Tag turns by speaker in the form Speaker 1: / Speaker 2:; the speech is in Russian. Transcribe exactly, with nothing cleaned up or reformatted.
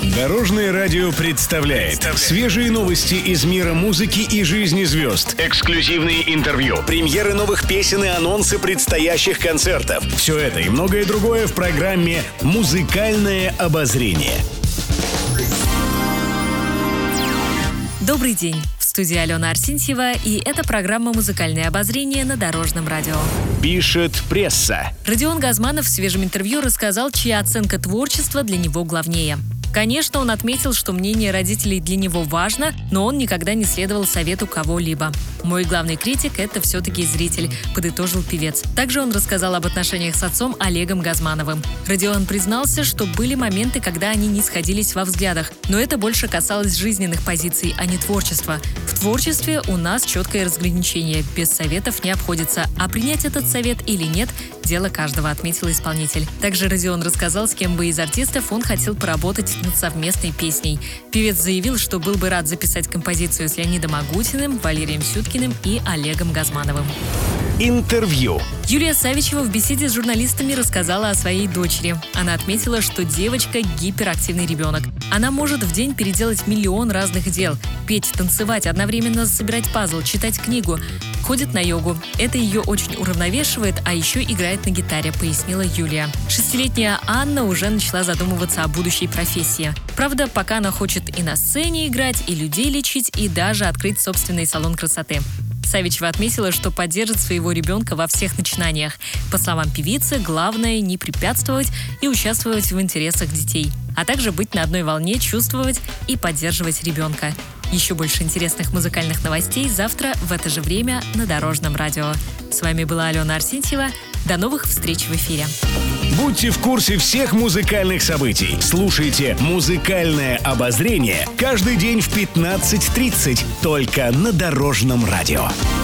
Speaker 1: Дорожное радио представляет свежие новости из мира музыки и жизни звезд. Эксклюзивные интервью, премьеры новых песен и анонсы предстоящих концертов. Все это и многое другое в программе «Музыкальное обозрение».
Speaker 2: Добрый день! В студии Алена Арсентьева, и это программа «Музыкальное обозрение» на Дорожном радио.
Speaker 1: Пишет пресса.
Speaker 2: Родион Газманов в свежем интервью рассказал, чья оценка творчества для него главнее. Конечно, он отметил, что мнение родителей для него важно, но он никогда не следовал совету кого-либо. «Мой главный критик – это все-таки зритель», – подытожил певец. Также он рассказал об отношениях с отцом Олегом Газмановым. Родион признался, что были моменты, когда они не сходились во взглядах, но это больше касалось жизненных позиций, а не творчества. В творчестве у нас четкое разграничение, без советов не обходится, а принять этот совет или нет – дело каждого, отметил исполнитель. Также Родион рассказал, с кем бы из артистов он хотел поработать над совместной песней. Певец заявил, что был бы рад записать композицию с Леонидом Агутиным, Валерием Сюткиным и Олегом Газмановым.
Speaker 1: Интервью.
Speaker 2: Юлия Савичева в беседе с журналистами рассказала о своей дочери. Она отметила, что девочка – гиперактивный ребенок. Она может в день переделать миллион разных дел. Петь, танцевать, одновременно собирать пазл, читать книгу. Ходит на йогу. Это ее очень уравновешивает, а еще играет на гитаре, пояснила Юлия. Шестилетняя Анна уже начала задумываться о будущей профессии. Правда, пока она хочет и на сцене играть, и людей лечить, и даже открыть собственный салон красоты. Савичева отметила, что поддержит своего ребенка во всех начинаниях. По словам певицы, главное не препятствовать и участвовать в интересах детей, а также быть на одной волне, чувствовать и поддерживать ребенка. Еще больше интересных музыкальных новостей завтра в это же время на Дорожном радио. С вами была Алена Арсентьева. До новых встреч в эфире.
Speaker 1: Будьте в курсе всех музыкальных событий. Слушайте «Музыкальное обозрение» каждый день в пятнадцать тридцать только на Дорожном радио.